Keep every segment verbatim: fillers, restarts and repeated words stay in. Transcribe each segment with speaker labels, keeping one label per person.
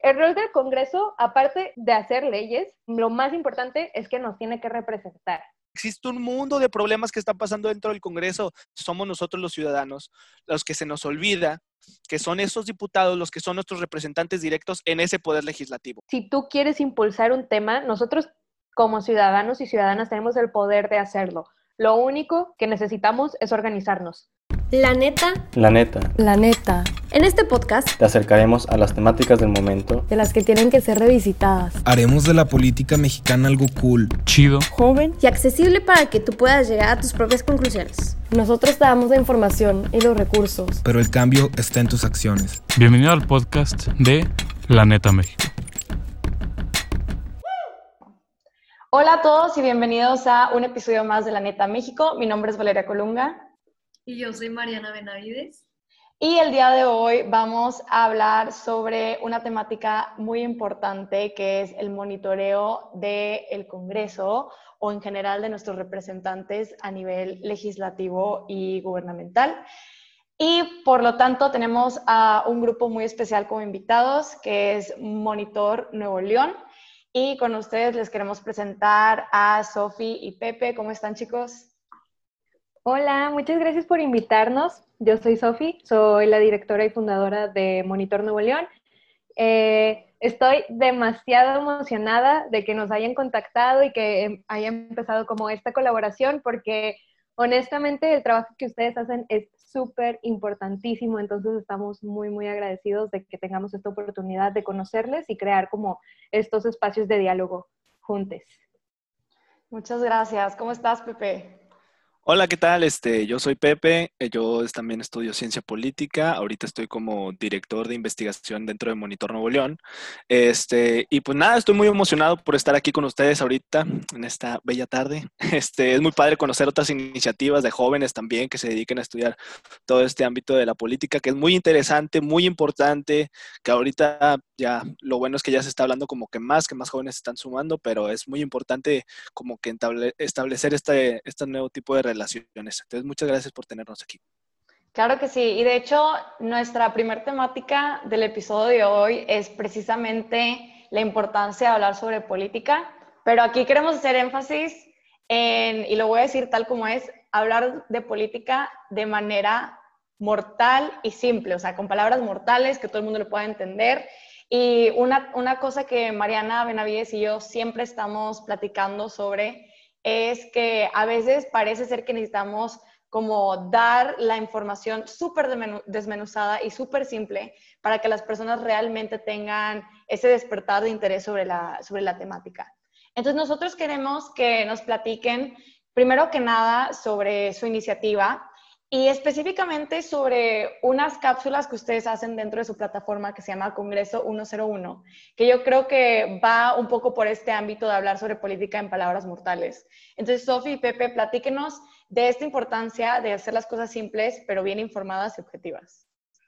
Speaker 1: El rol del Congreso, aparte de hacer leyes, lo más importante es que nos tiene que representar.
Speaker 2: Existe un mundo de problemas que están pasando dentro del Congreso. Somos nosotros los ciudadanos los que se nos olvida que son esos diputados los que son nuestros representantes directos en ese poder legislativo.
Speaker 1: Si tú quieres impulsar un tema, nosotros como ciudadanos y ciudadanas tenemos el poder de hacerlo. Lo único que necesitamos es organizarnos.
Speaker 3: La neta.
Speaker 4: La neta.
Speaker 3: La neta. En este podcast
Speaker 4: te acercaremos a las temáticas del momento,
Speaker 3: de las que tienen que ser revisitadas.
Speaker 5: Haremos de la política mexicana algo cool, chido,
Speaker 3: joven y accesible para que tú puedas llegar a tus propias conclusiones. Nosotros te damos la información y los recursos,
Speaker 5: pero el cambio está en tus acciones.
Speaker 6: Bienvenido al podcast de La Neta México.
Speaker 7: Hola a todos y bienvenidos a un episodio más de La Neta México. Mi nombre es Valeria Colunga.
Speaker 8: Y yo soy Mariana Benavides.
Speaker 7: Y el día de hoy vamos a hablar sobre una temática muy importante que es el monitoreo del Congreso o en general de nuestros representantes a nivel legislativo y gubernamental. Y por lo tanto tenemos a un grupo muy especial como invitados que es Monitor Nuevo León. Y con ustedes les queremos presentar a Sofi y Pepe. ¿Cómo están, chicos?
Speaker 1: Hola, muchas gracias por invitarnos. Yo soy Sofi, soy la directora y fundadora de Monitor Nuevo León. Eh, estoy demasiado emocionada de que nos hayan contactado y que haya empezado como esta colaboración porque honestamente el trabajo que ustedes hacen es súper importantísimo, entonces estamos muy, muy agradecidos de que tengamos esta oportunidad de conocerles y crear como estos espacios de diálogo juntos.
Speaker 7: Muchas gracias. ¿Cómo estás, Pepe?
Speaker 2: Hola, ¿qué tal? Este, yo soy Pepe, yo también estudio ciencia política, ahorita estoy como director de investigación dentro de Monitor Nuevo León. Este, y pues nada, estoy muy emocionado por estar aquí con ustedes ahorita en esta bella tarde. Este, es muy padre conocer otras iniciativas de jóvenes también que se dediquen a estudiar todo este ámbito de la política, que es muy interesante, muy importante, que ahorita ya lo bueno es que ya se está hablando como que más, que más jóvenes se están sumando, pero es muy importante como que entable, establecer este, este nuevo tipo de relaciones. Entonces, muchas gracias por tenernos aquí.
Speaker 7: Claro que sí. Y de hecho, nuestra primera temática del episodio de hoy es precisamente la importancia de hablar sobre política, pero aquí queremos hacer énfasis en, y lo voy a decir tal como es, hablar de política de manera mortal y simple, o sea, con palabras mortales que todo el mundo lo pueda entender. Y una, una cosa que Mariana Benavides y yo siempre estamos platicando sobre es que a veces parece ser que necesitamos como dar la información súper desmenuzada y súper simple para que las personas realmente tengan ese despertar de interés sobre la, sobre la temática. Entonces nosotros queremos que nos platiquen primero que nada sobre su iniciativa y específicamente sobre unas cápsulas que ustedes hacen dentro de su plataforma que se llama Congreso ciento uno, que yo creo que va un poco por este ámbito de hablar sobre política en palabras mortales. Entonces, Sofi y Pepe, platíquenos de esta importancia de hacer las cosas simples, pero bien informadas y objetivas.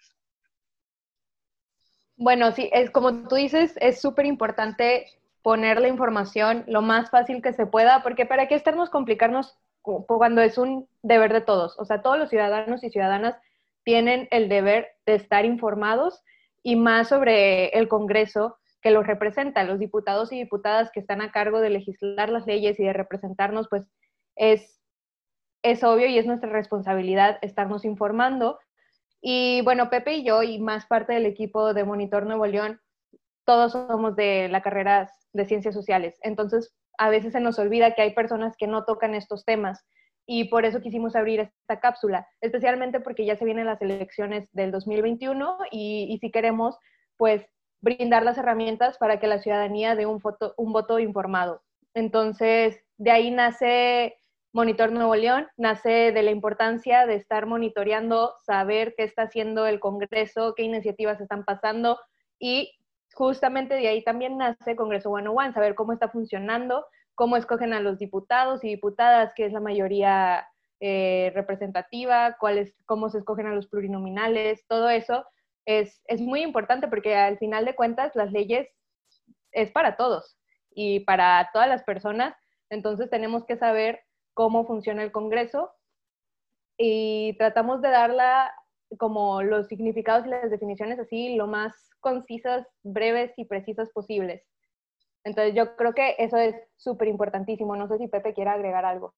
Speaker 1: Bueno, sí, es como tú dices, es súper importante poner la información lo más fácil que se pueda, porque para qué estarnos complicarnos cuando es un deber de todos. O sea, todos los ciudadanos y ciudadanas tienen el deber de estar informados y más sobre el Congreso que los representa. Los diputados y diputadas que están a cargo de legislar las leyes y de representarnos, pues es, es obvio y es nuestra responsabilidad estarnos informando. Y bueno, Pepe y yo y más parte del equipo de Monitor Nuevo León, todos somos de la carrera de Ciencias Sociales. Entonces, a veces se nos olvida que hay personas que no tocan estos temas y por eso quisimos abrir esta cápsula, especialmente porque ya se vienen las elecciones del dos mil veintiuno y, y si queremos, pues, brindar las herramientas para que la ciudadanía dé un, voto, un voto informado. Entonces, de ahí nace Monitor Nuevo León, nace de la importancia de estar monitoreando, saber qué está haciendo el Congreso, qué iniciativas están pasando y justamente de ahí también nace Congreso ciento uno, saber cómo está funcionando, cómo escogen a los diputados y diputadas, que es la mayoría eh, representativa, cuál es, cómo se escogen a los plurinominales, todo eso es, es muy importante porque al final de cuentas las leyes es para todos y para todas las personas, entonces tenemos que saber cómo funciona el Congreso y tratamos de dar la, como los significados y las definiciones así lo más concisas, breves y precisas posibles. Entonces yo creo que eso es súper importantísimo. No sé si Pepe quiere agregar algo.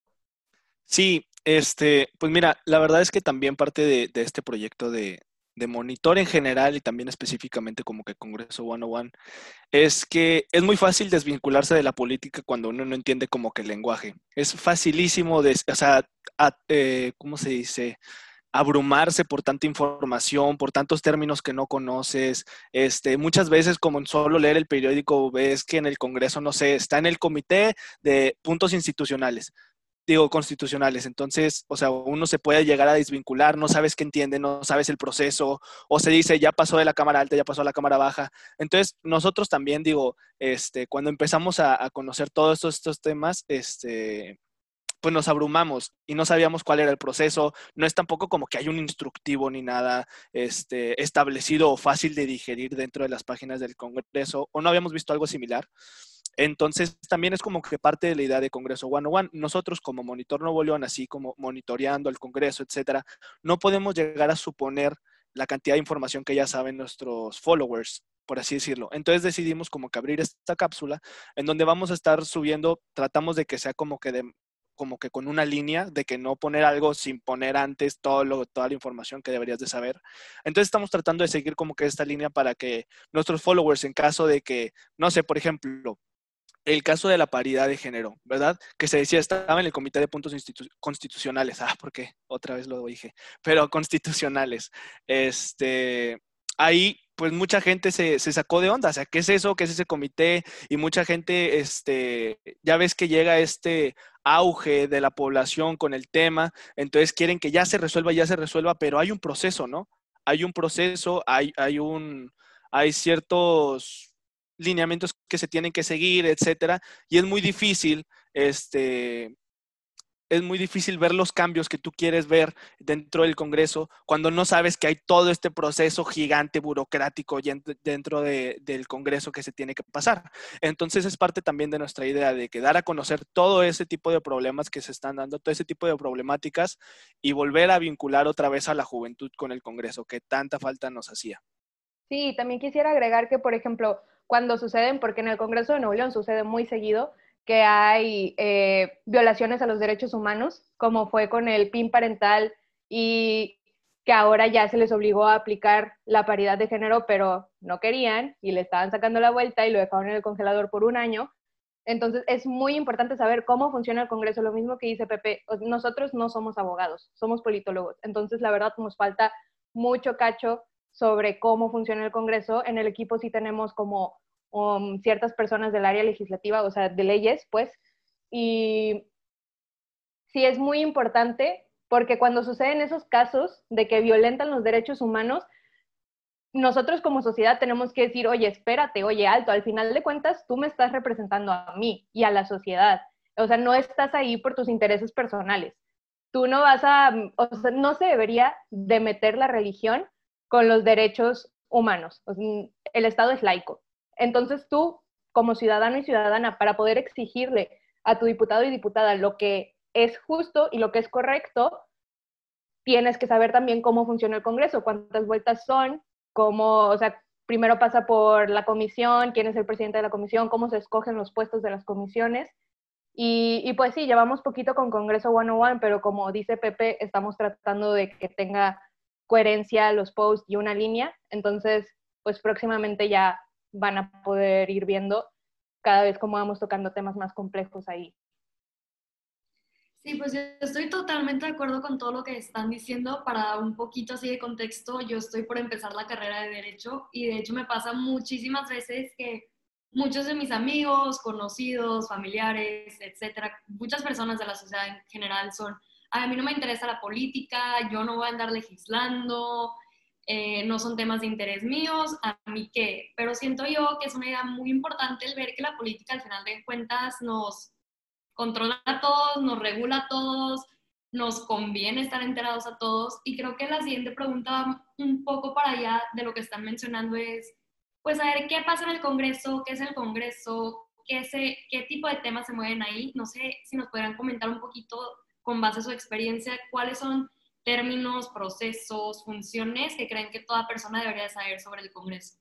Speaker 2: Sí, este, pues mira, la verdad es que también parte de, de este proyecto de, de monitor en general y también específicamente como que Congreso ciento uno es que es muy fácil desvincularse de la política cuando uno no entiende como que el lenguaje. Es facilísimo, de, o sea, a, eh, ¿cómo se dice? Abrumarse por tanta información, por tantos términos que no conoces. Este, muchas veces, como en solo leer el periódico, ves que en el Congreso, no sé, está en el comité de puntos institucionales, digo, constitucionales. Entonces, o sea, uno se puede llegar a desvincular, no sabes qué entiende, no sabes el proceso, o se dice, ya pasó de la Cámara Alta, ya pasó a la Cámara Baja. Entonces, nosotros también, digo, este, cuando empezamos a, a conocer todos estos, estos temas, este, pues nos abrumamos y no sabíamos cuál era el proceso. No es tampoco como que hay un instructivo ni nada este, establecido o fácil de digerir dentro de las páginas del Congreso, o no habíamos visto algo similar. Entonces, también es como que parte de la idea de Congreso ciento uno. Nosotros como Monitor Nuevo León, así como monitoreando el Congreso, etcétera, no podemos llegar a suponer la cantidad de información que ya saben nuestros followers, por así decirlo. Entonces decidimos como que abrir esta cápsula en donde vamos a estar subiendo, tratamos de que sea como que de como que con una línea de que no poner algo sin poner antes todo lo, toda la información que deberías de saber. Entonces estamos tratando de seguir como que esta línea para que nuestros followers, en caso de que, no sé, por ejemplo, el caso de la paridad de género, ¿verdad? Que se decía, estaba en el Comité de Puntos Institu- Constitucionales. Ah, ¿por qué? Otra vez lo dije. Pero constitucionales. Este, ahí, pues mucha gente se, se sacó de onda. O sea, ¿qué es eso? ¿Qué es ese comité? Y mucha gente, este, ya ves que llega este auge de la población con el tema. Entonces quieren que ya se resuelva, ya se resuelva, pero hay un proceso, ¿no? Hay un proceso, hay, hay un, hay ciertos lineamientos que se tienen que seguir, etcétera, y es muy difícil, este, es muy difícil ver los cambios que tú quieres ver dentro del Congreso cuando no sabes que hay todo este proceso gigante burocrático dentro de, del Congreso que se tiene que pasar. Entonces es parte también de nuestra idea de que dar a conocer todo ese tipo de problemas que se están dando, todo ese tipo de problemáticas y volver a vincular otra vez a la juventud con el Congreso, que tanta falta nos hacía.
Speaker 1: Sí, también quisiera agregar que, por ejemplo, cuando suceden, porque en el Congreso de Nuevo León sucede muy seguido, que hay eh, violaciones a los derechos humanos, como fue con el P I N parental y que ahora ya se les obligó a aplicar la paridad de género, pero no querían y le estaban sacando la vuelta y lo dejaron en el congelador por un año. Entonces es muy importante saber cómo funciona el Congreso, lo mismo que dice Pepe, nosotros no somos abogados, somos politólogos, entonces la verdad nos falta mucho cacho sobre cómo funciona el Congreso. En el equipo sí tenemos como um, ciertas personas del área legislativa, o sea, de leyes, pues, y sí es muy importante porque cuando suceden esos casos de que violentan los derechos humanos, nosotros como sociedad tenemos que decir, oye, espérate, oye, alto, al final de cuentas tú me estás representando a mí y a la sociedad. O sea, no estás ahí por tus intereses personales. Tú no vas a, o sea, no se debería de meter la religión con los derechos humanos. O sea, el Estado es laico. Entonces tú, como ciudadano y ciudadana, para poder exigirle a tu diputado y diputada lo que es justo y lo que es correcto, tienes que saber también cómo funciona el Congreso, cuántas vueltas son, cómo, o sea, primero pasa por la comisión, quién es el presidente de la comisión, cómo se escogen los puestos de las comisiones. Y, y pues sí, llevamos poquito con Congreso ciento uno, pero como dice Pepe, estamos tratando de que tenga coherencia los posts y una línea. Entonces, pues próximamente ya van a poder ir viendo cada vez cómo vamos tocando temas más complejos ahí.
Speaker 8: Sí, pues yo estoy totalmente de acuerdo con todo lo que están diciendo. Para dar un poquito así de contexto, yo estoy por empezar la carrera de Derecho y de hecho me pasa muchísimas veces que muchos de mis amigos, conocidos, familiares, etcétera, muchas personas de la sociedad en general son, a mí no me interesa la política, yo no voy a andar legislando, eh, no son temas de interés míos, a mí qué. Pero siento yo que es una idea muy importante el ver que la política al final de cuentas nos controla a todos, nos regula a todos, nos conviene estar enterados a todos. Y creo que la siguiente pregunta, un poco para allá de lo que están mencionando, es, pues, a ver, ¿qué pasa en el Congreso? ¿Qué es el Congreso? ¿Qué, se, qué tipo de temas se mueven ahí? No sé si nos podrían comentar un poquito, con base a su experiencia, cuáles son términos, procesos, funciones que creen que toda persona debería saber sobre el Congreso?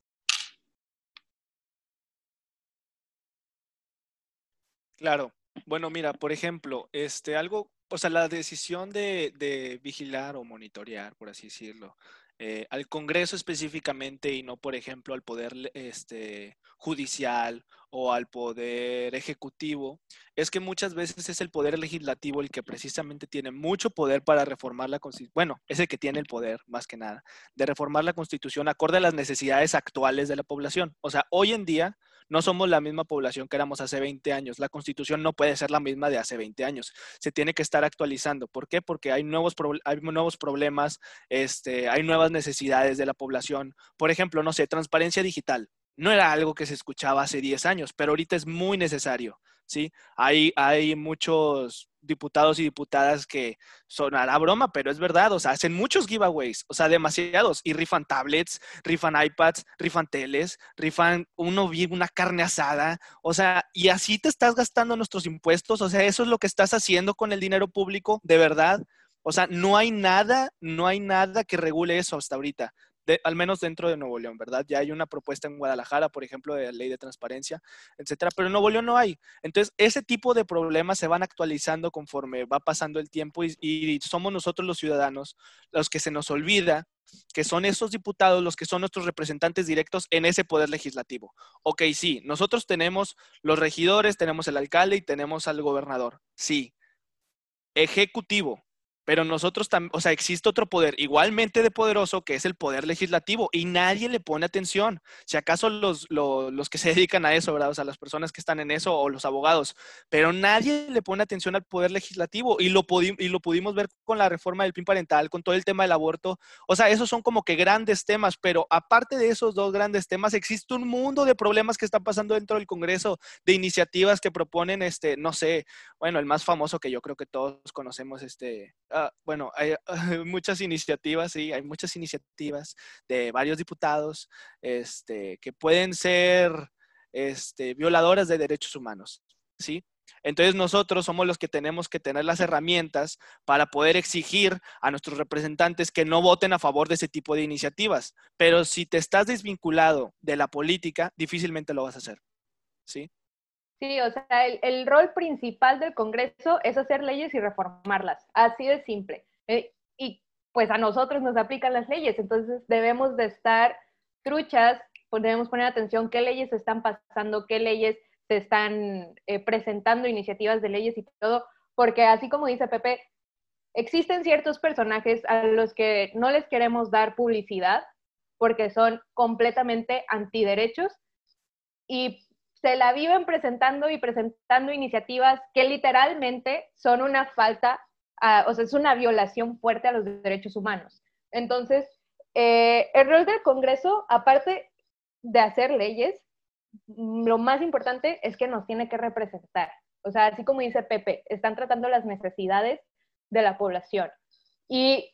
Speaker 2: Claro. Bueno, mira, por ejemplo, este, algo, o sea, la decisión de, de vigilar o monitorear, por así decirlo, eh, al Congreso específicamente y no, por ejemplo, al poder le- este, judicial o al poder ejecutivo, es que muchas veces es el poder legislativo el que precisamente tiene mucho poder para reformar la Constitución. Bueno, es el que tiene el poder, más que nada, de reformar la Constitución acorde a las necesidades actuales de la población. O sea, hoy en día no somos la misma población que éramos hace veinte años. La Constitución no puede ser la misma de hace veinte años. Se tiene que estar actualizando. ¿Por qué? Porque hay nuevos, pro hay nuevos problemas, este, hay nuevas necesidades de la población. Por ejemplo, no sé, transparencia digital. No era algo que se escuchaba hace diez años, pero ahorita es muy necesario, ¿sí? Hay, hay muchos diputados y diputadas que sonará broma, pero es verdad, o sea, hacen muchos giveaways, o sea, demasiados, y rifan tablets, rifan iPads, rifan teles, rifan uno bien una carne asada, o sea, y así te estás gastando nuestros impuestos, o sea, eso es lo que estás haciendo con el dinero público, de verdad. O sea, no hay nada, no hay nada que regule eso hasta ahorita. De, al menos dentro de Nuevo León, ¿verdad? Ya hay una propuesta en Guadalajara, por ejemplo, de ley de transparencia, etcétera, pero en Nuevo León no hay. Entonces, ese tipo de problemas se van actualizando conforme va pasando el tiempo y, y somos nosotros los ciudadanos los que se nos olvida que son esos diputados los que son nuestros representantes directos en ese poder legislativo. Ok, sí, nosotros tenemos los regidores, tenemos el alcalde y tenemos al gobernador. Sí, ejecutivo. Pero nosotros también, o sea, existe otro poder igualmente de poderoso que es el poder legislativo y nadie le pone atención. Si acaso los, los, los que se dedican a eso, ¿verdad? O sea, las personas que están en eso o los abogados, pero nadie le pone atención al poder legislativo y lo, y lo pudimos ver con la reforma del P I N parental, con todo el tema del aborto. O sea, esos son como que grandes temas, pero aparte de esos dos grandes temas, existe un mundo de problemas que están pasando dentro del Congreso, de iniciativas que proponen, este, no sé, bueno, el más famoso que yo creo que todos conocemos, este, uh, bueno, hay uh, muchas iniciativas, sí, hay muchas iniciativas de varios diputados, este, que pueden ser, este, violadoras de derechos humanos, ¿sí? Entonces nosotros somos los que tenemos que tener las herramientas para poder exigir a nuestros representantes que no voten a favor de ese tipo de iniciativas. Pero si te estás desvinculado de la política, difícilmente lo vas a hacer, ¿sí?
Speaker 1: Sí, o sea, el, el rol principal del Congreso es hacer leyes y reformarlas, así de simple. Eh, y pues a nosotros nos aplican las leyes, entonces debemos de estar truchas, pues debemos poner atención qué leyes se están pasando, qué leyes se están eh, presentando, iniciativas de leyes y todo, porque así como dice Pepe, existen ciertos personajes a los que no les queremos dar publicidad porque son completamente antiderechos y se la viven presentando y presentando iniciativas que literalmente son una falta, uh, o sea, es una violación fuerte a los derechos humanos. Entonces, eh, el rol del Congreso, aparte de hacer leyes, lo más importante es que nos tiene que representar. O sea, así como dice Pepe, están tratando las necesidades de la población. ¿Y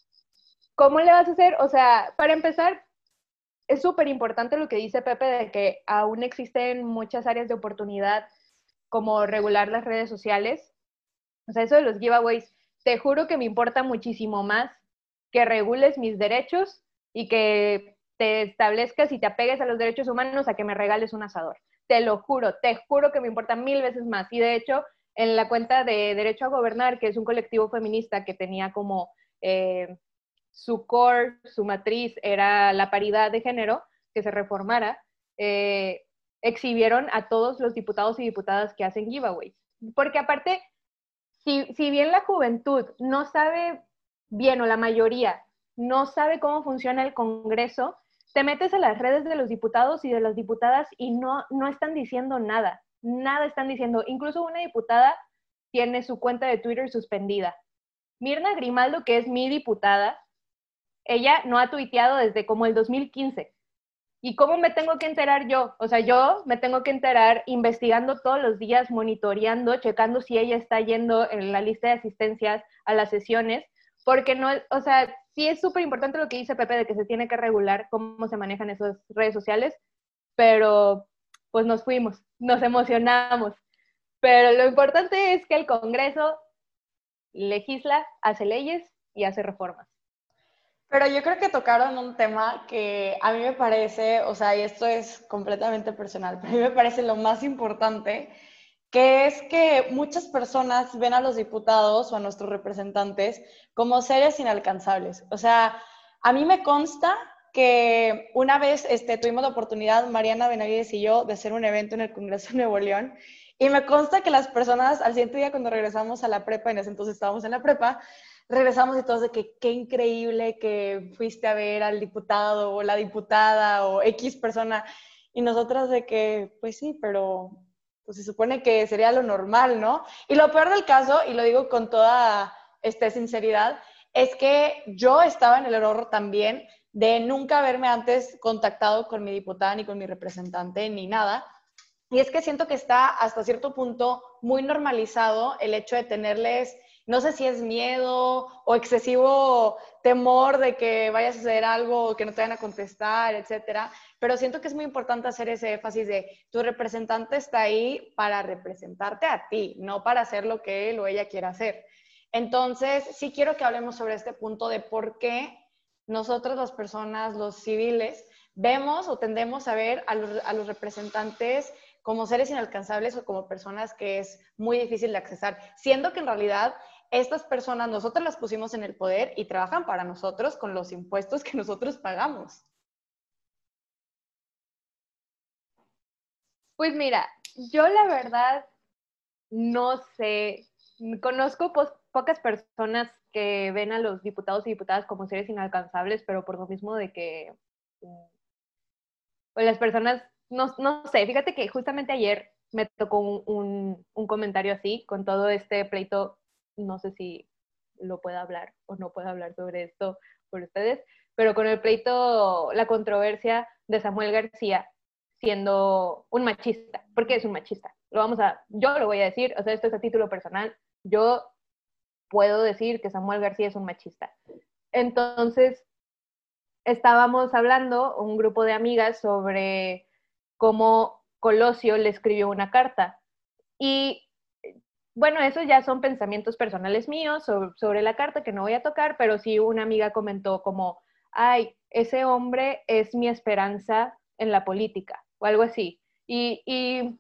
Speaker 1: cómo le vas a hacer? O sea, para empezar, es súper importante lo que dice Pepe de que aún existen muchas áreas de oportunidad como regular las redes sociales. O sea, eso de los giveaways, te juro que me importa muchísimo más que regules mis derechos y que te establezcas y te apegues a los derechos humanos a que me regales un asador. Te lo juro, te juro que me importa mil veces más. Y de hecho, en la cuenta de Derecho a Gobernar, que es un colectivo feminista que tenía como... Eh, su core, su matriz era la paridad de género, que se reformara, eh, exhibieron a todos los diputados y diputadas que hacen giveaways. Porque aparte, si, si bien la juventud no sabe bien, o la mayoría no sabe cómo funciona el Congreso, te metes a las redes de los diputados y de las diputadas y no, no están diciendo nada, nada están diciendo. Incluso una diputada tiene su cuenta de Twitter suspendida. Mirna Grimaldo, que es mi diputada, ella no ha tuiteado desde como el dos mil quince. ¿Y cómo me tengo que enterar yo? O sea, yo me tengo que enterar investigando todos los días, monitoreando, checando si ella está yendo en la lista de asistencias a las sesiones, porque no, o sea, sí es súper importante lo que dice Pepe de que se tiene que regular cómo se manejan esas redes sociales, pero pues nos fuimos, nos emocionamos. Pero lo importante es que el Congreso legisla, hace leyes y hace reformas.
Speaker 7: Pero yo creo que tocaron un tema que a mí me parece, o sea, y esto es completamente personal, pero a mí me parece lo más importante, que es que muchas personas ven a los diputados o a nuestros representantes como seres inalcanzables. O sea, a mí me consta que una vez este, tuvimos la oportunidad, Mariana Benavides y yo, de hacer un evento en el Congreso de Nuevo León, y me consta que las personas, al siguiente día cuando regresamos a la prepa, en ese entonces estábamos en la prepa, regresamos y todos de que qué increíble que fuiste a ver al diputado o la diputada o X persona, y nosotras de que, pues sí, pero pues se supone que sería lo normal, ¿no? Y lo peor del caso, y lo digo con toda este, sinceridad, es que yo estaba en el error también de nunca haberme antes contactado con mi diputada, ni con mi representante, ni nada. Y es que siento que está hasta cierto punto muy normalizado el hecho de tenerles, no sé si es miedo o excesivo temor de que vaya a suceder algo o que no te vayan a contestar, etcétera. Pero siento que es muy importante hacer ese énfasis de tu representante está ahí para representarte a ti, no para hacer lo que él o ella quiera hacer. Entonces, sí quiero que hablemos sobre este punto de por qué nosotros las personas, los civiles, vemos o tendemos a ver a los, a los representantes como seres inalcanzables o como personas que es muy difícil de accesar, siendo que en realidad estas personas nosotros las pusimos en el poder y trabajan para nosotros con los impuestos que nosotros pagamos.
Speaker 1: Pues mira, yo la verdad no sé, conozco po pocas personas que ven a los diputados y diputadas como seres inalcanzables, pero por lo mismo de que pues las personas, no, no sé, fíjate que justamente ayer me tocó un, un, un comentario así, con todo este pleito, no sé si lo pueda hablar o no pueda hablar sobre esto por ustedes, pero con el pleito, la controversia de Samuel García siendo un machista, porque es un machista. Lo vamos a, yo lo voy a decir, o sea, esto es a título personal, yo puedo decir que Samuel García es un machista. Entonces, estábamos hablando, un grupo de amigas, sobre cómo Colosio le escribió una carta. Y bueno, esos ya son pensamientos personales míos sobre, sobre la carta que no voy a tocar, pero sí una amiga comentó como, ay, ese hombre es mi esperanza en la política, o algo así. Y, y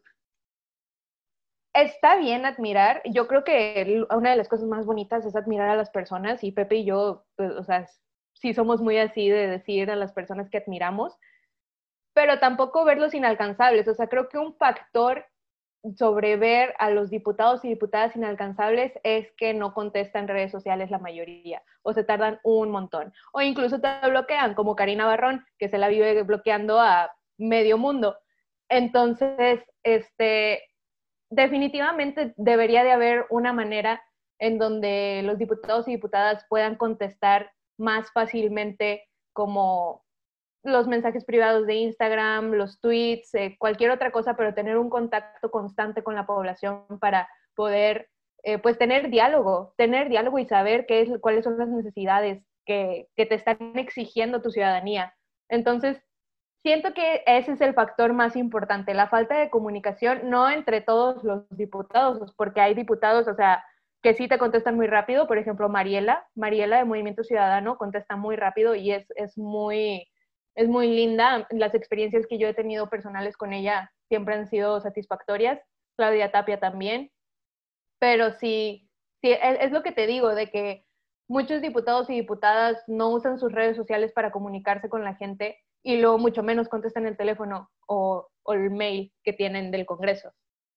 Speaker 1: está bien admirar, yo creo que una de las cosas más bonitas es admirar a las personas, y Pepe y yo, pues, o sea, sí somos muy así de decir a las personas que admiramos, pero tampoco verlos inalcanzables. O sea, creo que un factor sobre ver a los diputados y diputadas inalcanzables es que no contestan redes sociales la mayoría, o se tardan un montón, o incluso te bloquean, como Karina Barrón, que se la vive bloqueando a medio mundo. Entonces, este, definitivamente debería de haber una manera en donde los diputados y diputadas puedan contestar más fácilmente, como los mensajes privados de Instagram, los tweets, eh, cualquier otra cosa, pero tener un contacto constante con la población para poder, eh, pues, tener diálogo, tener diálogo y saber qué es, cuáles son las necesidades que, que te están exigiendo tu ciudadanía. Entonces, siento que ese es el factor más importante, la falta de comunicación, no entre todos los diputados, porque hay diputados, o sea, que sí te contestan muy rápido. Por ejemplo, Mariela, Mariela de Movimiento Ciudadano contesta muy rápido y es, es muy... es muy linda. Las experiencias que yo he tenido personales con ella siempre han sido satisfactorias. Claudia Tapia también. Pero sí, sí es, es lo que te digo, de que muchos diputados y diputadas no usan sus redes sociales para comunicarse con la gente y luego mucho menos contestan el teléfono o, o el mail que tienen del Congreso.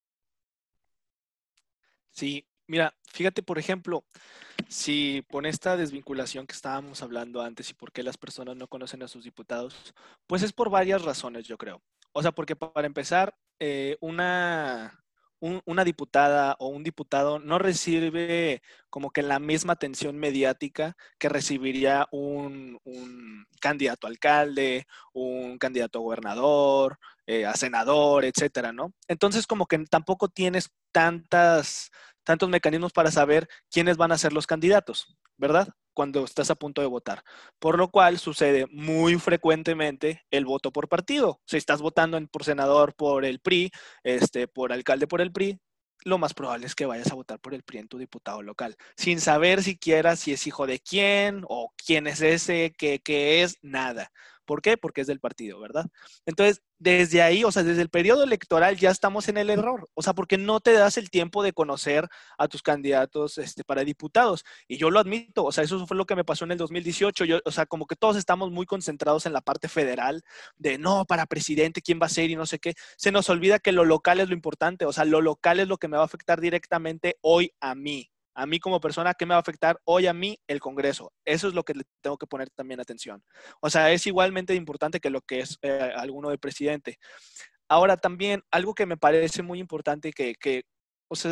Speaker 2: Sí, mira, fíjate, por ejemplo, si con esta desvinculación que estábamos hablando antes y por qué las personas no conocen a sus diputados, pues es por varias razones, yo creo. O sea, porque para empezar, eh, una, un- una diputada o un diputado no recibe como que la misma atención mediática que recibiría un, un candidato a alcalde, un candidato a gobernador, eh, a senador, etcétera, ¿no? Entonces, como que tampoco tienes tantas tantos mecanismos para saber quiénes van a ser los candidatos, ¿verdad? Cuando estás a punto de votar. Por lo cual sucede muy frecuentemente el voto por partido. Si estás votando en, por senador por el P R I, este, por alcalde por el P R I, lo más probable es que vayas a votar por el P R I en tu diputado local, sin saber siquiera si es hijo de quién o quién es ese, qué, qué es, nada. ¿Por qué? Porque es del partido, ¿verdad? Entonces, desde ahí, o sea, desde el periodo electoral ya estamos en el error. O sea, porque no te das el tiempo de conocer a tus candidatos este, para diputados. Y yo lo admito, o sea, eso fue lo que me pasó en el dos mil dieciocho. Yo, o sea, como que todos estamos muy concentrados en la parte federal de, no, para presidente, quién va a ser y no sé qué. Se nos olvida que lo local es lo importante. O sea, lo local es lo que me va a afectar directamente hoy a mí. A mí como persona, ¿qué me va a afectar hoy a mí? El Congreso. Eso es lo que le tengo que poner también atención. O sea, es igualmente importante que lo que es eh, alguno de presidente. Ahora también, algo que me parece muy importante que, que o sea,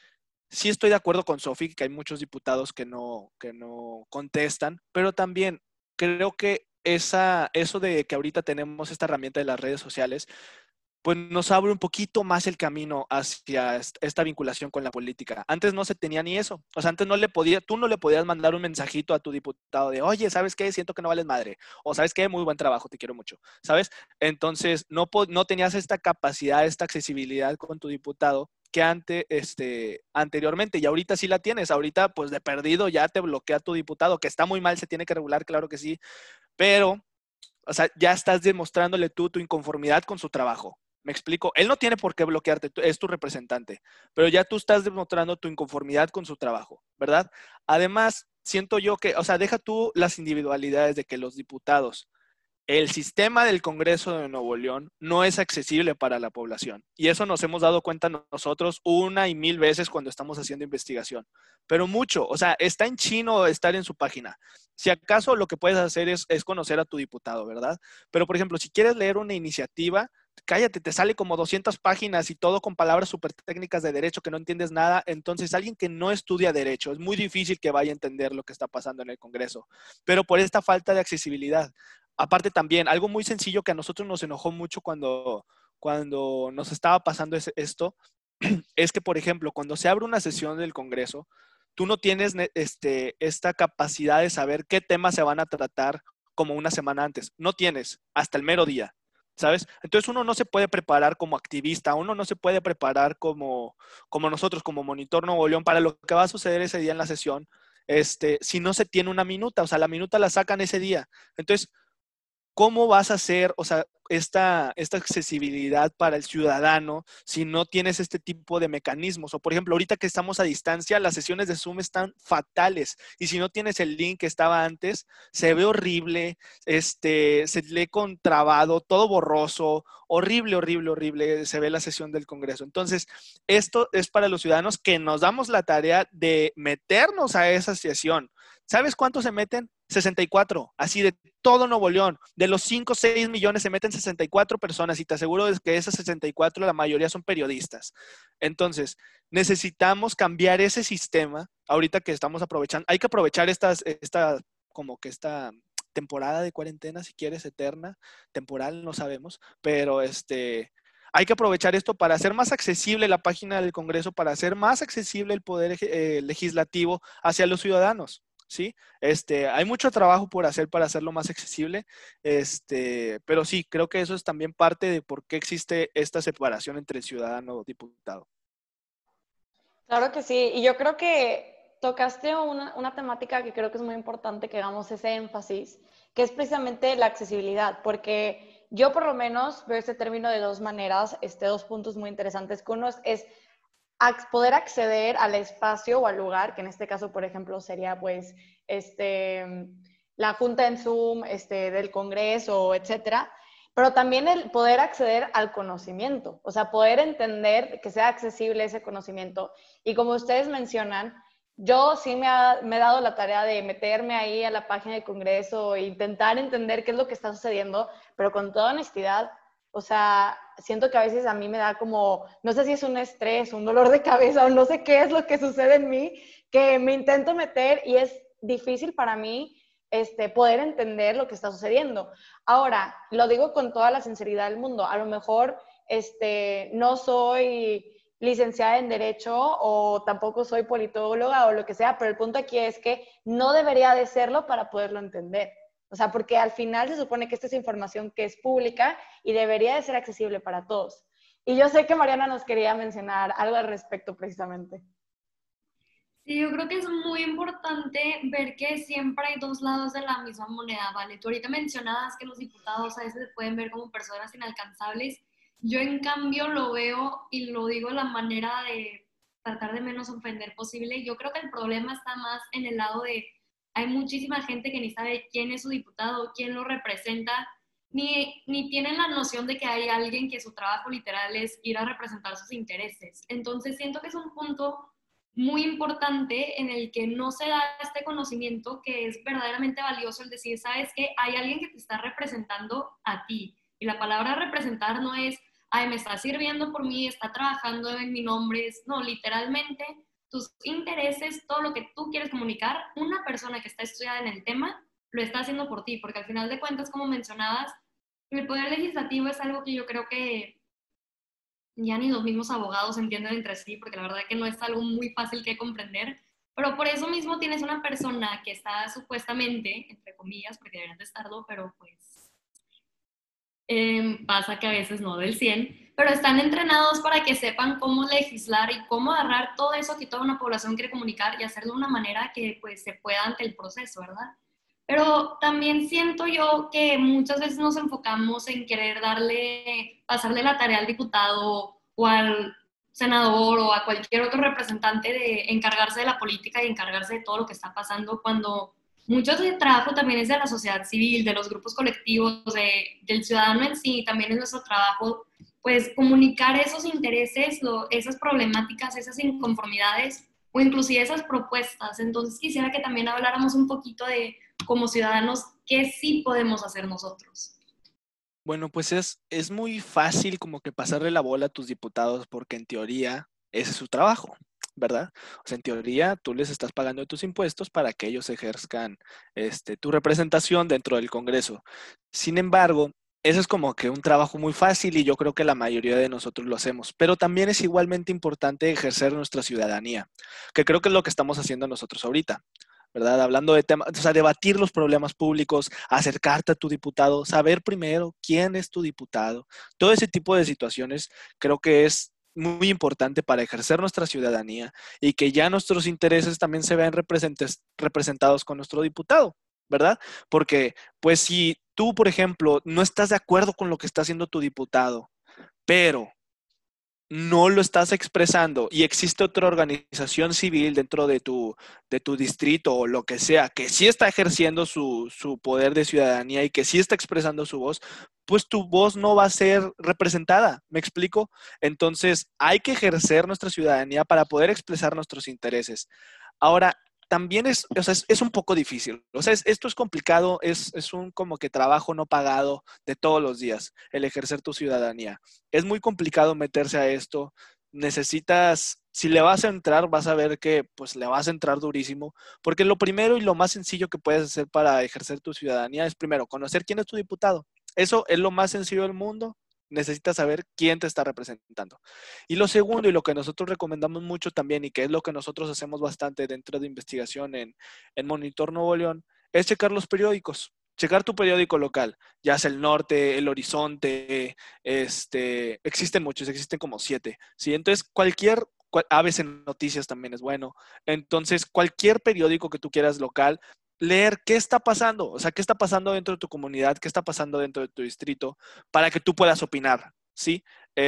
Speaker 2: sí estoy de acuerdo con Sofi, que hay muchos diputados que no, que no contestan, pero también creo que esa, eso de que ahorita tenemos esta herramienta de las redes sociales, pues nos abre un poquito más el camino hacia esta vinculación con la política. Antes no se tenía ni eso. O sea, antes no le podía, tú no le podías mandar un mensajito a tu diputado de, oye, ¿sabes qué? Siento que no vales madre. O, ¿sabes qué? Muy buen trabajo, te quiero mucho. ¿Sabes? Entonces, no, no tenías esta capacidad, esta accesibilidad con tu diputado que antes, este, anteriormente, y ahorita sí la tienes. Ahorita, pues de perdido ya te bloquea tu diputado, que está muy mal, se tiene que regular, claro que sí. Pero, o sea, ya estás demostrándole tú tu inconformidad con su trabajo. ¿Me explico? Él no tiene por qué bloquearte, es tu representante, pero ya tú estás demostrando tu inconformidad con su trabajo, ¿verdad? Además, siento yo que, o sea, deja tú las individualidades de que los diputados, el sistema del Congreso de Nuevo León no es accesible para la población. Y eso nos hemos dado cuenta nosotros una y mil veces cuando estamos haciendo investigación. Pero mucho, o sea, está en chino estar en su página. Si acaso lo que puedes hacer es, es conocer a tu diputado, ¿verdad? Pero, por ejemplo, si quieres leer una iniciativa, cállate, te sale como doscientas páginas y todo con palabras súper técnicas de derecho que no entiendes nada. Entonces, alguien que no estudia derecho, es muy difícil que vaya a entender lo que está pasando en el Congreso. Pero por esta falta de accesibilidad. Aparte también, algo muy sencillo que a nosotros nos enojó mucho cuando, cuando nos estaba pasando esto, es que, por ejemplo, cuando se abre una sesión del Congreso, tú no tienes este, esta capacidad de saber qué temas se van a tratar como una semana antes. No tienes, hasta el mero día, ¿sabes? Entonces uno no se puede preparar como activista, uno no se puede preparar como, como nosotros, como Monitor Nuevo León, para lo que va a suceder ese día en la sesión, este, si no se tiene una minuta. O sea, la minuta la sacan ese día. Entonces, ¿cómo vas a hacer, o sea, esta, esta accesibilidad para el ciudadano si no tienes este tipo de mecanismos? O, por ejemplo, ahorita que estamos a distancia, las sesiones de Zoom están fatales. Y si no tienes el link que estaba antes, se ve horrible, este, se lee con trabado, todo borroso, horrible, horrible, horrible, se ve la sesión del Congreso. Entonces, esto es para los ciudadanos que nos damos la tarea de meternos a esa sesión. ¿Sabes cuántos se meten? sesenta y cuatro, así de todo Nuevo León. De los cinco o seis millones se meten sesenta y cuatro personas y te aseguro es que esas sesenta y cuatro la mayoría son periodistas. Entonces, necesitamos cambiar ese sistema ahorita que estamos aprovechando. Hay que aprovechar estas, esta, como que esta temporada de cuarentena, si quieres, eterna, temporal, no sabemos, pero este... Hay que aprovechar esto para hacer más accesible la página del Congreso, para hacer más accesible el poder eh, legislativo hacia los ciudadanos. ¿Sí? Este, hay mucho trabajo por hacer para hacerlo más accesible, este, pero sí, creo que eso es también parte de por qué existe esta separación entre el ciudadano y diputado.
Speaker 7: Claro que sí, y yo creo que tocaste una, una temática que creo que es muy importante que hagamos ese énfasis, que es precisamente la accesibilidad, porque yo por lo menos veo este término de dos maneras, este, dos puntos muy interesantes, que uno es, es poder acceder al espacio o al lugar, que en este caso, por ejemplo, sería pues este, la junta en Zoom este, del Congreso, etcétera, pero también el poder acceder al conocimiento, o sea, poder entender que sea accesible ese conocimiento. Y como ustedes mencionan, yo sí me, ha, me he dado la tarea de meterme ahí a la página del Congreso e intentar entender qué es lo que está sucediendo, pero con toda honestidad, o sea, siento que a veces a mí me da como, no sé si es un estrés, un dolor de cabeza o no sé qué es lo que sucede en mí, que me intento meter y es difícil para mí este, poder entender lo que está sucediendo. Ahora, lo digo con toda la sinceridad del mundo, a lo mejor este, no soy licenciada en Derecho o tampoco soy politóloga o lo que sea, pero el punto aquí es que no debería de serlo para poderlo entender. O sea, porque al final se supone que esta es información que es pública y debería de ser accesible para todos. Y yo sé que Mariana nos quería mencionar algo al respecto precisamente.
Speaker 8: Sí, yo creo que es muy importante ver que siempre hay dos lados de la misma moneda, ¿vale? Tú ahorita mencionabas que los diputados a veces se pueden ver como personas inalcanzables. Yo, en cambio, lo veo y lo digo de la manera de tratar de menos ofender posible. Yo creo que el problema está más en el lado de hay muchísima gente que ni sabe quién es su diputado, quién lo representa, ni, ni tienen la noción de que hay alguien que su trabajo literal es ir a representar sus intereses. Entonces, siento que es un punto muy importante en el que no se da este conocimiento que es verdaderamente valioso, el decir, ¿sabes qué? Hay alguien que te está representando a ti. Y la palabra representar no es, ay, me está sirviendo por mí, está trabajando en mi nombre. Es, no, literalmente, tus intereses, todo lo que tú quieres comunicar, una persona que está estudiada en el tema, lo está haciendo por ti. Porque al final de cuentas, como mencionabas, el poder legislativo es algo que yo creo que ya ni los mismos abogados entienden entre sí, porque la verdad es que no es algo muy fácil que comprender, pero por eso mismo tienes una persona que está supuestamente, entre comillas, porque deberían de estarlo, pero pues eh, pasa que a veces no del cien, pero están entrenados para que sepan cómo legislar y cómo agarrar todo eso que toda una población quiere comunicar y hacerlo de una manera que pues se pueda ante el proceso, ¿verdad? Pero también siento yo que muchas veces nos enfocamos en querer darle, pasarle la tarea al diputado o al senador o a cualquier otro representante de encargarse de la política y encargarse de todo lo que está pasando, cuando mucho de trabajo también es de la sociedad civil, de los grupos colectivos, de, del ciudadano en sí. También es nuestro trabajo, pues, comunicar esos intereses, lo, esas problemáticas, esas inconformidades o inclusive esas propuestas. Entonces quisiera que también habláramos un poquito de, como ciudadanos, qué sí podemos hacer nosotros.
Speaker 2: Bueno, pues es, es muy fácil como que pasarle la bola a tus diputados porque en teoría ese es su trabajo, ¿verdad? O sea, en teoría tú les estás pagando tus impuestos para que ellos ejerzcan este, tu representación dentro del Congreso. Sin embargo, ese es como que un trabajo muy fácil y yo creo que la mayoría de nosotros lo hacemos, pero también es igualmente importante ejercer nuestra ciudadanía, que creo que es lo que estamos haciendo nosotros ahorita. ¿Verdad? Hablando de temas, o sea, debatir los problemas públicos, acercarte a tu diputado, saber primero quién es tu diputado, todo ese tipo de situaciones creo que es muy importante para ejercer nuestra ciudadanía y que ya nuestros intereses también se vean representados con nuestro diputado, ¿verdad? Porque, pues, si tú, por ejemplo, no estás de acuerdo con lo que está haciendo tu diputado, pero no lo estás expresando y existe otra organización civil dentro de tu, de tu distrito o lo que sea, que sí está ejerciendo su, su poder de ciudadanía y que sí está expresando su voz, pues tu voz no va a ser representada, ¿me explico? Entonces hay que ejercer nuestra ciudadanía para poder expresar nuestros intereses. Ahora, también es, o sea, es, es un poco difícil. O sea, es, esto es complicado, es, es un como que trabajo no pagado de todos los días, el ejercer tu ciudadanía. Es muy complicado meterse a esto. Necesitas, si le vas a entrar, vas a ver que pues le vas a entrar durísimo, porque lo primero y lo más sencillo que puedes hacer para ejercer tu ciudadanía es primero conocer quién es tu diputado. Eso es lo más sencillo del mundo. Necesitas saber quién te está representando. Y lo segundo, y lo que nosotros recomendamos mucho también, y que es lo que nosotros hacemos bastante dentro de investigación en, en Monitor Nuevo León, es checar los periódicos. Checar tu periódico local, ya sea El Norte, El Horizonte, este, existen muchos, existen como siete, ¿sí? Entonces, cualquier, cual, A B C Noticias también es bueno. Entonces, cualquier periódico que tú quieras local, leer qué está pasando, o sea, qué está pasando dentro de tu comunidad, qué está pasando dentro de tu distrito, para que tú puedas opinar, ¿sí?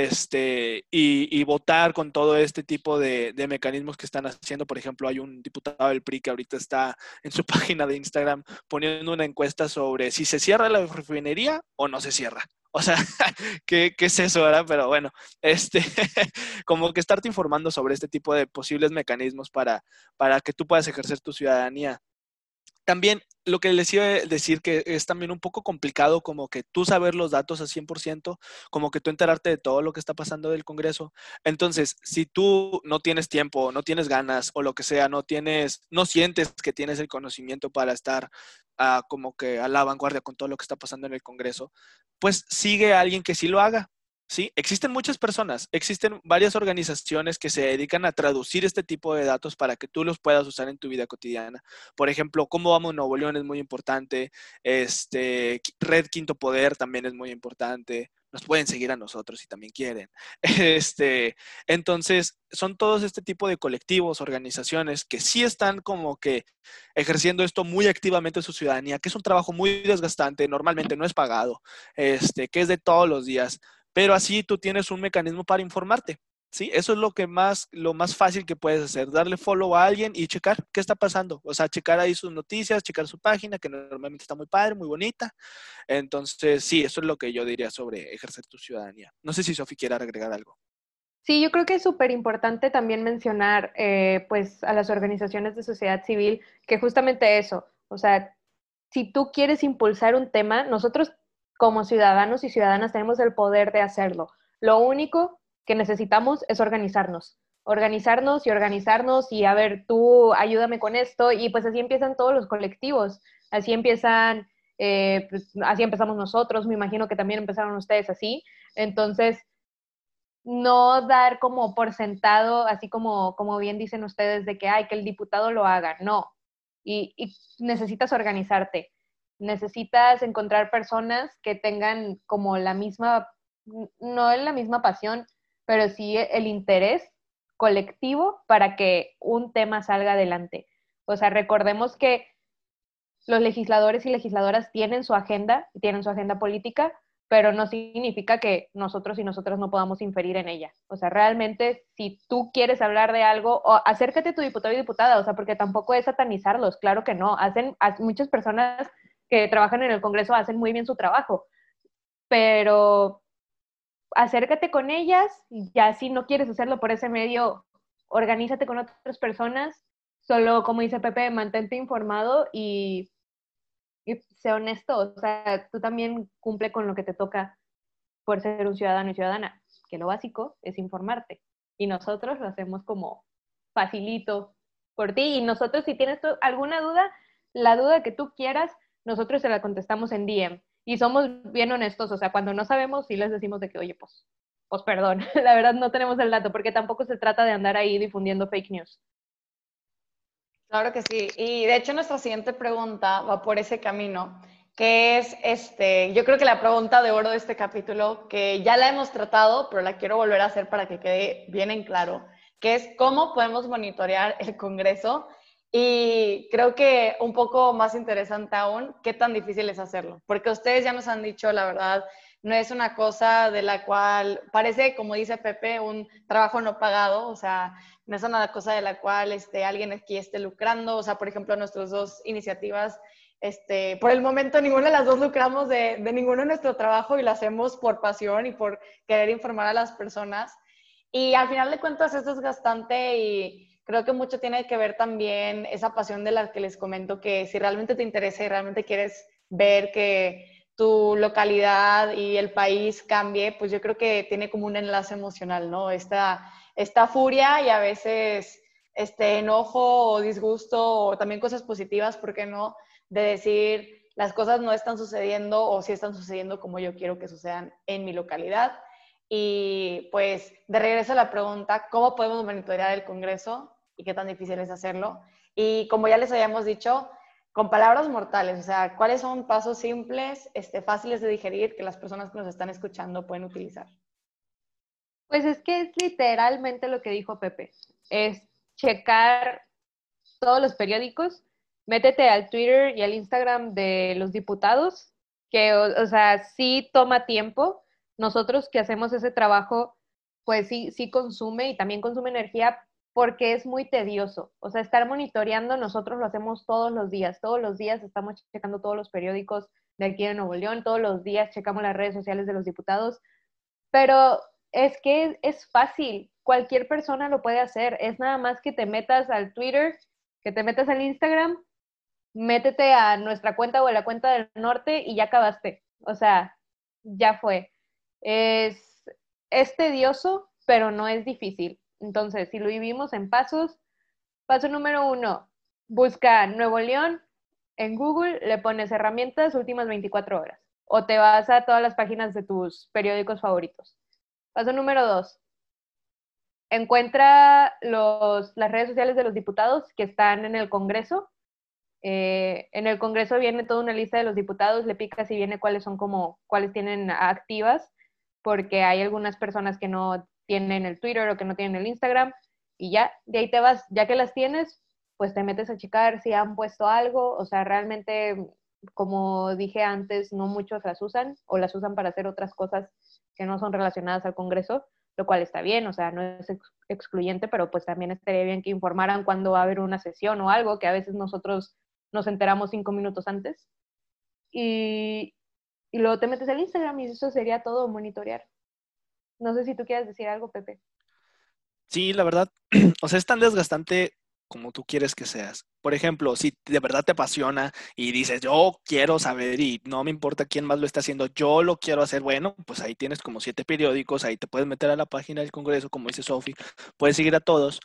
Speaker 2: Este, y, y votar con todo este tipo de, de mecanismos que están haciendo. Por ejemplo, hay un diputado del P R I que ahorita está en su página de Instagram poniendo una encuesta sobre si se cierra la refinería o no se cierra. O sea, ¿qué, qué es eso, verdad? Pero bueno, este, como que estarte informando sobre este tipo de posibles mecanismos para, para que tú puedas ejercer tu ciudadanía. También lo que les iba a decir que es también un poco complicado como que tú saber los datos al cien por ciento, como que tú enterarte de todo lo que está pasando del Congreso. Entonces, si tú no tienes tiempo, no tienes ganas o lo que sea, no tienes, no sientes que tienes el conocimiento para estar uh, como que a la vanguardia con todo lo que está pasando en el Congreso, pues sigue a alguien que sí lo haga. Sí, existen muchas personas, existen varias organizaciones que se dedican a traducir este tipo de datos para que tú los puedas usar en tu vida cotidiana. Por ejemplo, Cómo Vamos Nuevo León es muy importante, este, Red Quinto Poder también es muy importante, nos pueden seguir a nosotros si también quieren. Este, entonces, son todos este tipo de colectivos, organizaciones que sí están como que ejerciendo esto muy activamente en su ciudadanía, que es un trabajo muy desgastante, normalmente no es pagado, este, que es de todos los días, pero así tú tienes un mecanismo para informarte. Sí, eso es lo que más, lo más fácil que puedes hacer, darle follow a alguien y checar qué está pasando. O sea, checar ahí sus noticias, checar su página, que normalmente está muy padre, muy bonita. Entonces, sí, eso es lo que yo diría sobre ejercer tu ciudadanía. No sé si Sofi quiere agregar algo.
Speaker 1: Sí, yo creo que es súper importante también mencionar eh, pues a las organizaciones de sociedad civil que justamente eso, o sea, si tú quieres impulsar un tema, nosotros como ciudadanos y ciudadanas tenemos el poder de hacerlo. Lo único que necesitamos es organizarnos, organizarnos y organizarnos y a ver, tú ayúdame con esto y pues así empiezan todos los colectivos, así empiezan, eh, pues, así empezamos nosotros, me imagino que también empezaron ustedes así, entonces no dar como por sentado, así como, como bien dicen ustedes, de que, ay, que el diputado lo haga, no. Y, y necesitas organizarte, necesitas encontrar personas que tengan como la misma, no la misma pasión, pero sí el interés colectivo para que un tema salga adelante. O sea, recordemos que los legisladores y legisladoras tienen su agenda, tienen su agenda política, pero no significa que nosotros y nosotras no podamos inferir en ella. O sea, realmente, si tú quieres hablar de algo, o acércate a tu diputado y diputada, o sea, porque tampoco es satanizarlos, claro que no. Hacen, muchas personas que trabajan en el Congreso hacen muy bien su trabajo, pero acércate con ellas, y ya si no quieres hacerlo por ese medio, organízate con otras personas, solo, como dice Pepe, mantente informado y y sé honesto, o sea, tú también cumple con lo que te toca por ser un ciudadano y ciudadana, que lo básico es informarte. Y nosotros lo hacemos como facilito por ti. Y nosotros, si tienes alguna duda, la duda que tú quieras, nosotros te la contestamos en D M. Y somos bien honestos, o sea, cuando no sabemos, sí les decimos de que, oye, pues, pues perdón, la verdad no tenemos el dato, porque tampoco se trata de andar ahí difundiendo fake news.
Speaker 7: Claro que sí. Y de hecho nuestra siguiente pregunta va por ese camino, que es, este, yo creo que la pregunta de oro de este capítulo, que ya la hemos tratado, pero la quiero volver a hacer para que quede bien en claro, que es cómo podemos monitorear el Congreso. Y creo que un poco más interesante aún, qué tan difícil es hacerlo. Porque ustedes ya nos han dicho, la verdad, no es una cosa de la cual parece, como dice Pepe, un trabajo no pagado, o sea, no es una cosa de la cual este, alguien aquí esté lucrando. O sea, por ejemplo, nuestras dos iniciativas, este, por el momento ninguna de las dos lucramos de, de ninguno de nuestro trabajo y lo hacemos por pasión y por querer informar a las personas. Y al final de cuentas es desgastante y creo que mucho tiene que ver también esa pasión de la que les comento, que si realmente te interesa y realmente quieres ver que tu localidad y el país cambie, pues yo creo que tiene como un enlace emocional, ¿no? Esta, esta furia y a veces este enojo o disgusto o también cosas positivas, ¿por qué no? De decir, las cosas no están sucediendo o sí están sucediendo como yo quiero que sucedan en mi localidad. Y pues de regreso a la pregunta, ¿cómo podemos monitorear el Congreso y qué tan difícil es hacerlo? Y como ya les habíamos dicho, con palabras mortales, o sea, ¿cuáles son pasos simples, este, fáciles de digerir que las personas que nos están escuchando pueden utilizar?
Speaker 1: Pues es que es literalmente lo que dijo Pepe, es checar todos los periódicos, métete al Twitter y al Instagram de los diputados, que, o, o sea, sí toma tiempo. Nosotros que hacemos ese trabajo, pues sí, sí consume y también consume energía porque es muy tedioso. O sea, estar monitoreando, nosotros lo hacemos todos los días. Todos los días estamos checando todos los periódicos de aquí de Nuevo León, todos los días checamos las redes sociales de los diputados, pero es que es fácil, cualquier persona lo puede hacer, es nada más que te metas al Twitter, que te metas al Instagram, métete a nuestra cuenta o a la cuenta del norte y ya acabaste, o sea, ya fue. Es, es tedioso, pero no es difícil. Entonces, si lo vivimos en pasos, paso número uno, busca Nuevo León en Google, le pones herramientas últimas veinticuatro horas o te vas a todas las páginas de tus periódicos favoritos. Paso número dos, encuentra los, las redes sociales de los diputados que están en el Congreso. Eh, en el Congreso viene toda una lista de los diputados, le picas y viene cuáles son como, cuáles tienen activas. porque hay algunas personas que no tienen el Twitter o que no tienen el Instagram, y ya, de ahí te vas, ya que las tienes, pues te metes a checar si han puesto algo, o sea, realmente, como dije antes, no muchos las usan, o las usan para hacer otras cosas que no son relacionadas al Congreso, lo cual está bien, o sea, no es ex- excluyente, pero pues también estaría bien que informaran cuando va a haber una sesión o algo, que a veces nosotros nos enteramos cinco minutos antes, y, y luego te metes al Instagram y eso sería todo, monitorear. No sé si tú quieres decir algo, Pepe.
Speaker 2: Sí, la verdad, o sea, es tan desgastante como tú quieres que seas. Por ejemplo, si de verdad te apasiona y dices, yo quiero saber y no me importa quién más lo está haciendo, yo lo quiero hacer, bueno, pues ahí tienes como siete periódicos, ahí te puedes meter a la página del Congreso, como dice Sofi, puedes seguir a todos,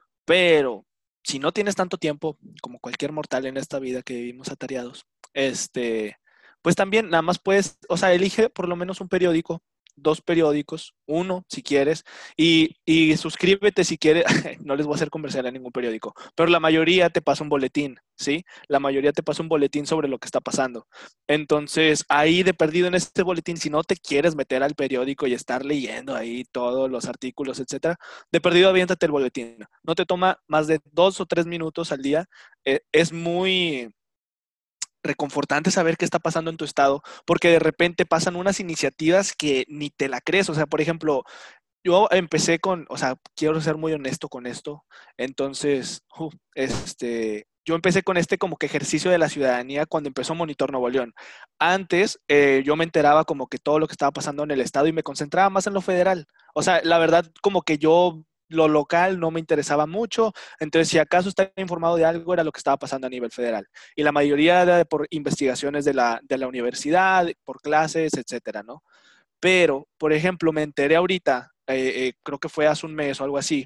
Speaker 2: pero si no tienes tanto tiempo, como cualquier mortal en esta vida que vivimos atareados, este, pues también nada más puedes, o sea, elige por lo menos un periódico, dos periódicos, uno si quieres, y, y suscríbete si quieres, no les voy a hacer comercial a ningún periódico, pero la mayoría te pasa un boletín, ¿sí? La mayoría te pasa un boletín sobre lo que está pasando. Entonces, ahí de perdido en este boletín, si no te quieres meter al periódico y estar leyendo ahí todos los artículos, etcétera, de perdido aviéntate el boletín. No te toma más de dos o tres minutos al día. Eh, es muy reconfortante saber qué está pasando en tu estado, porque de repente pasan unas iniciativas que ni te la crees. O sea, por ejemplo, yo empecé con, o sea, quiero ser muy honesto con esto. Entonces, uh, este, yo empecé con este como que ejercicio de la ciudadanía cuando empezó Monitor Nuevo León. Antes, eh, yo me enteraba como que todo lo que estaba pasando en el estado y me concentraba más en lo federal. O sea, la verdad, como que yo lo local no me interesaba mucho, entonces si acaso estaba informado de algo era lo que estaba pasando a nivel federal. Y la mayoría era por investigaciones de la, de la universidad, por clases, etcétera, ¿no? Pero, por ejemplo, me enteré ahorita, eh, eh, creo que fue hace un mes o algo así,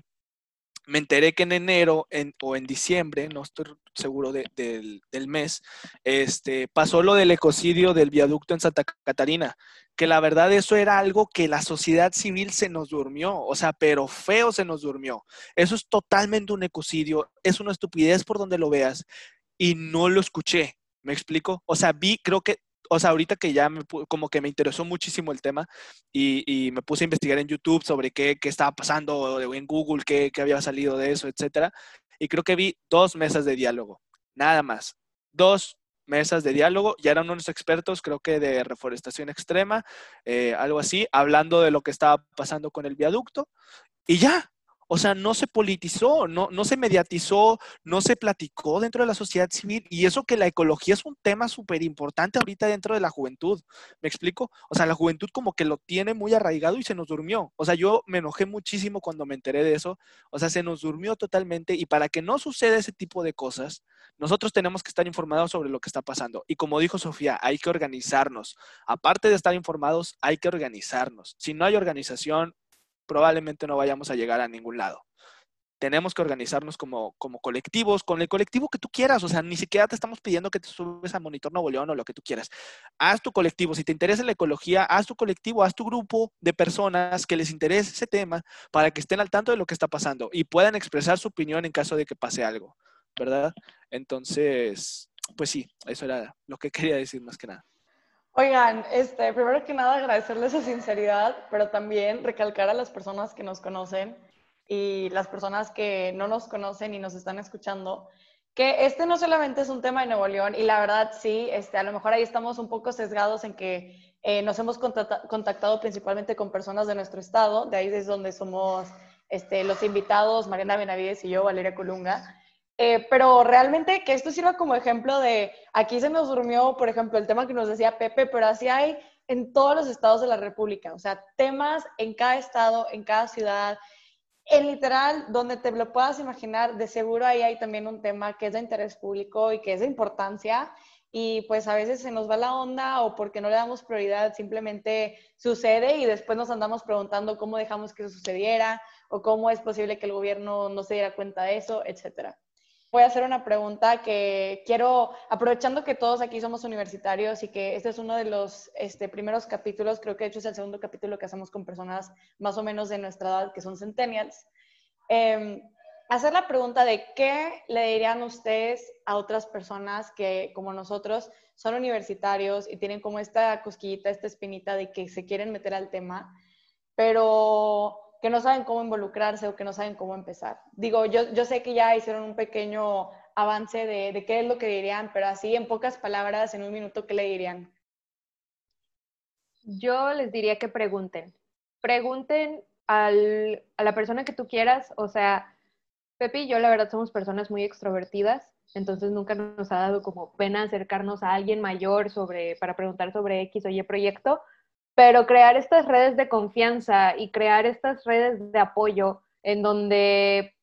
Speaker 2: me enteré que en enero en, o en diciembre, no estoy seguro de, del, del mes, este, pasó lo del ecocidio del viaducto en Santa Catarina, que la verdad eso era algo que la sociedad civil se nos durmió, o sea, pero feo se nos durmió. Eso es totalmente un ecocidio, es una estupidez por donde lo veas y no lo escuché, ¿me explico? O sea, vi, creo que, o sea, ahorita que ya me, como que me interesó muchísimo el tema y, y me puse a investigar en YouTube sobre qué, qué estaba pasando, en Google, qué, qué había salido de eso, etcétera. Y creo que vi dos mesas de diálogo, nada más. Dos mesas de diálogo, ya eran unos expertos, creo que de reforestación extrema, eh, algo así, hablando de lo que estaba pasando con el viaducto y ya. O sea, no se politizó, no, no se mediatizó, no se platicó dentro de la sociedad civil. Y eso que la ecología es un tema súper importante ahorita dentro de la juventud. ¿Me explico? O sea, la juventud como que lo tiene muy arraigado y se nos durmió. O sea, yo me enojé muchísimo cuando me enteré de eso. O sea, se nos durmió totalmente. Y para que no suceda ese tipo de cosas, nosotros tenemos que estar informados sobre lo que está pasando. Y como dijo Sofía, hay que organizarnos. Aparte de estar informados, hay que organizarnos. Si no hay organización, probablemente no vayamos a llegar a ningún lado. Tenemos que organizarnos como, como colectivos, con el colectivo que tú quieras. O sea, ni siquiera te estamos pidiendo que te subes a Monitor Nuevo León o lo que tú quieras. Haz tu colectivo. Si te interesa la ecología, haz tu colectivo, haz tu grupo de personas que les interese ese tema para que estén al tanto de lo que está pasando y puedan expresar su opinión en caso de que pase algo, ¿verdad? Entonces, pues sí, eso era lo que quería decir más que nada.
Speaker 7: Oigan, este, primero que nada agradecerles su sinceridad, pero también recalcar a las personas que nos conocen y las personas que no nos conocen y nos están escuchando, que este no solamente es un tema de Nuevo León, y la verdad sí, este, a lo mejor ahí estamos un poco sesgados en que eh, nos hemos contactado, contactado principalmente con personas de nuestro estado, de ahí es donde somos este, los invitados, Mariana Benavides y yo, Valeria Colunga. Eh, pero realmente que esto sirva como ejemplo de, aquí se nos durmió, por ejemplo, el tema que nos decía Pepe, pero así hay en todos los estados de la República, o sea, temas en cada estado, en cada ciudad, en literal, donde te lo puedas imaginar, de seguro ahí hay también un tema que es de interés público y que es de importancia, y pues a veces se nos va la onda o porque no le damos prioridad, simplemente sucede y después nos andamos preguntando cómo dejamos que eso sucediera o cómo es posible que el gobierno no se diera cuenta de eso, etcétera. Voy a hacer una pregunta que quiero, aprovechando que todos aquí somos universitarios y que este es uno de los este, primeros capítulos, creo que de hecho es el segundo capítulo que hacemos con personas más o menos de nuestra edad, que son centennials, eh, hacer la pregunta de qué le dirían ustedes a otras personas que, como nosotros, son universitarios y tienen como esta cosquillita, esta espinita de que se quieren meter al tema. pero que no saben cómo involucrarse o que no saben cómo empezar. Digo, yo, yo sé que ya hicieron un pequeño avance de, de qué es lo que dirían, pero así en pocas palabras, en un minuto, ¿qué le dirían?
Speaker 1: Yo les diría que pregunten. Pregunten al, a la persona que tú quieras. O sea, Pepe y yo la verdad somos personas muy extrovertidas, entonces nunca nos ha dado como pena acercarnos a alguien mayor sobre, para preguntar sobre X o Y proyecto, pero crear estas redes de confianza y crear estas redes de apoyo en donde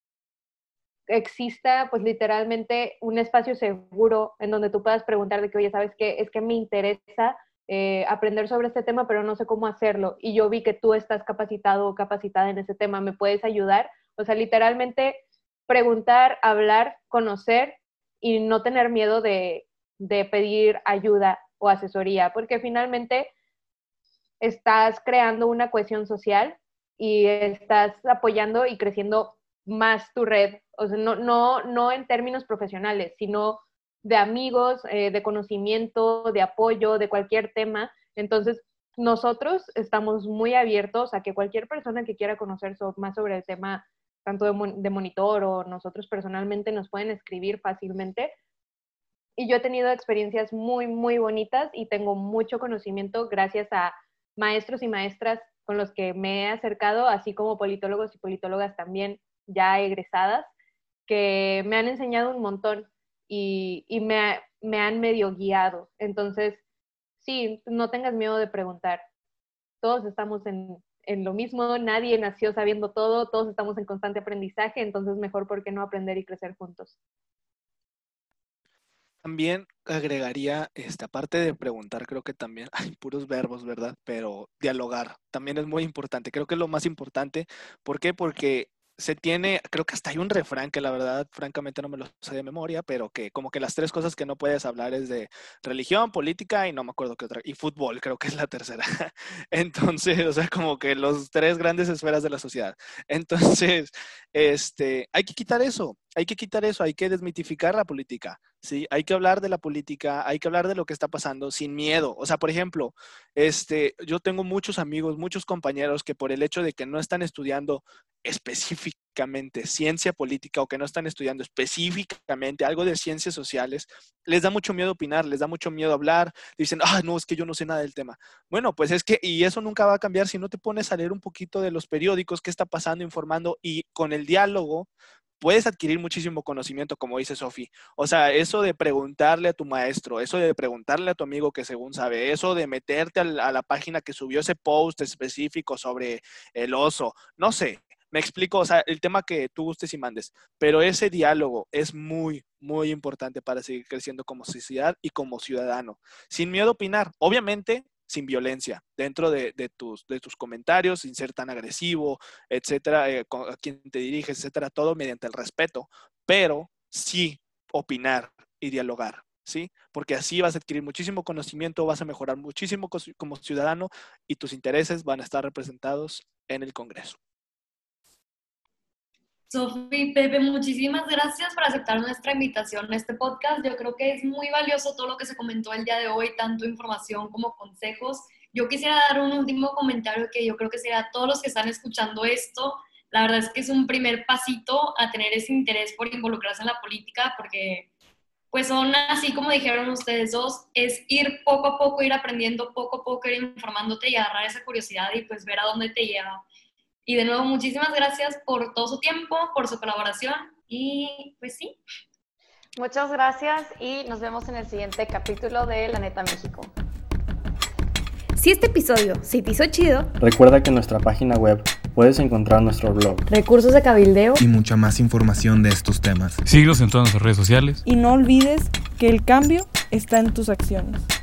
Speaker 1: exista pues literalmente un espacio seguro en donde tú puedas preguntar de que, oye, ¿sabes qué? Es que me interesa eh, aprender sobre este tema, pero no sé cómo hacerlo. Y yo vi que tú estás capacitado o capacitada en ese tema, ¿me puedes ayudar? O sea, literalmente preguntar, hablar, conocer y no tener miedo de, de pedir ayuda o asesoría, porque finalmente estás creando una cohesión social y estás apoyando y creciendo más tu red, o sea, no, no, no en términos profesionales, sino de amigos, eh, de conocimiento, de apoyo, de cualquier tema. Entonces, nosotros estamos muy abiertos a que cualquier persona que quiera conocer so- más sobre el tema, tanto de, mon- de monitor o nosotros personalmente, nos pueden escribir fácilmente. Y yo he tenido experiencias muy, muy bonitas y tengo mucho conocimiento gracias a maestros y maestras con los que me he acercado, así como politólogos y politólogas también ya egresadas, que me han enseñado un montón y, y me, me han medio guiado. Entonces, sí, no tengas miedo de preguntar. Todos estamos en, en lo mismo, nadie nació sabiendo todo, todos estamos en constante aprendizaje, entonces mejor, ¿por qué no aprender y crecer juntos?
Speaker 2: También agregaría, esta parte de preguntar, creo que también hay puros verbos, ¿verdad? Pero dialogar también es muy importante. Creo que es lo más importante. ¿Por qué? Porque se tiene, creo que hasta hay un refrán que la verdad, francamente no me lo sé de memoria, pero que como que las tres cosas que no puedes hablar es de religión, política y no me acuerdo qué otra, y fútbol, creo que es la tercera. Entonces, o sea, como que los tres grandes esferas de la sociedad. Entonces, este, hay que quitar eso, hay que quitar eso, hay que desmitificar la política. Sí, hay que hablar de la política, hay que hablar de lo que está pasando sin miedo. O sea, por ejemplo, este, yo tengo muchos amigos, muchos compañeros que por el hecho de que no están estudiando específicamente ciencia política o que no están estudiando específicamente algo de ciencias sociales, les da mucho miedo opinar, les da mucho miedo hablar, dicen, ah, no, es que yo no sé nada del tema. Bueno, pues es que, y eso nunca va a cambiar si no te pones a leer un poquito de los periódicos, qué está pasando, informando, y con el diálogo puedes adquirir muchísimo conocimiento, como dice Sofi. O sea, eso de preguntarle a tu maestro, eso de preguntarle a tu amigo que según sabe, eso de meterte a la, a la página que subió ese post específico sobre el oso, no sé, me explico, o sea, el tema que tú gustes y mandes, pero ese diálogo es muy, muy importante para seguir creciendo como sociedad y como ciudadano, sin miedo a opinar, obviamente sin violencia, dentro de, de, tus, de tus comentarios, sin ser tan agresivo, etcétera, eh, a quien te diriges, etcétera, todo mediante el respeto, pero sí opinar y dialogar, ¿sí? Porque así vas a adquirir muchísimo conocimiento, vas a mejorar muchísimo como ciudadano y tus intereses van a estar representados en el Congreso.
Speaker 8: Sofi, Pepe, muchísimas gracias por aceptar nuestra invitación a este podcast. Yo creo que es muy valioso todo lo que se comentó el día de hoy, tanto información como consejos. Yo quisiera dar un último comentario que yo creo que sería a todos los que están escuchando esto. La verdad es que es un primer pasito a tener ese interés por involucrarse en la política, porque pues son así como dijeron ustedes dos, es ir poco a poco, ir aprendiendo poco a poco, ir informándote y agarrar esa curiosidad y pues ver a dónde te lleva. Y de nuevo, muchísimas gracias por todo su tiempo, por su colaboración y pues sí.
Speaker 7: Muchas gracias y nos vemos en el siguiente capítulo de La Neta México.
Speaker 3: Si este episodio se te hizo chido,
Speaker 4: recuerda que en nuestra página web puedes encontrar nuestro blog,
Speaker 3: recursos de cabildeo
Speaker 5: y mucha más información de estos temas.
Speaker 6: Síguenos en todas nuestras redes sociales.
Speaker 9: Y no olvides que el cambio está en tus acciones.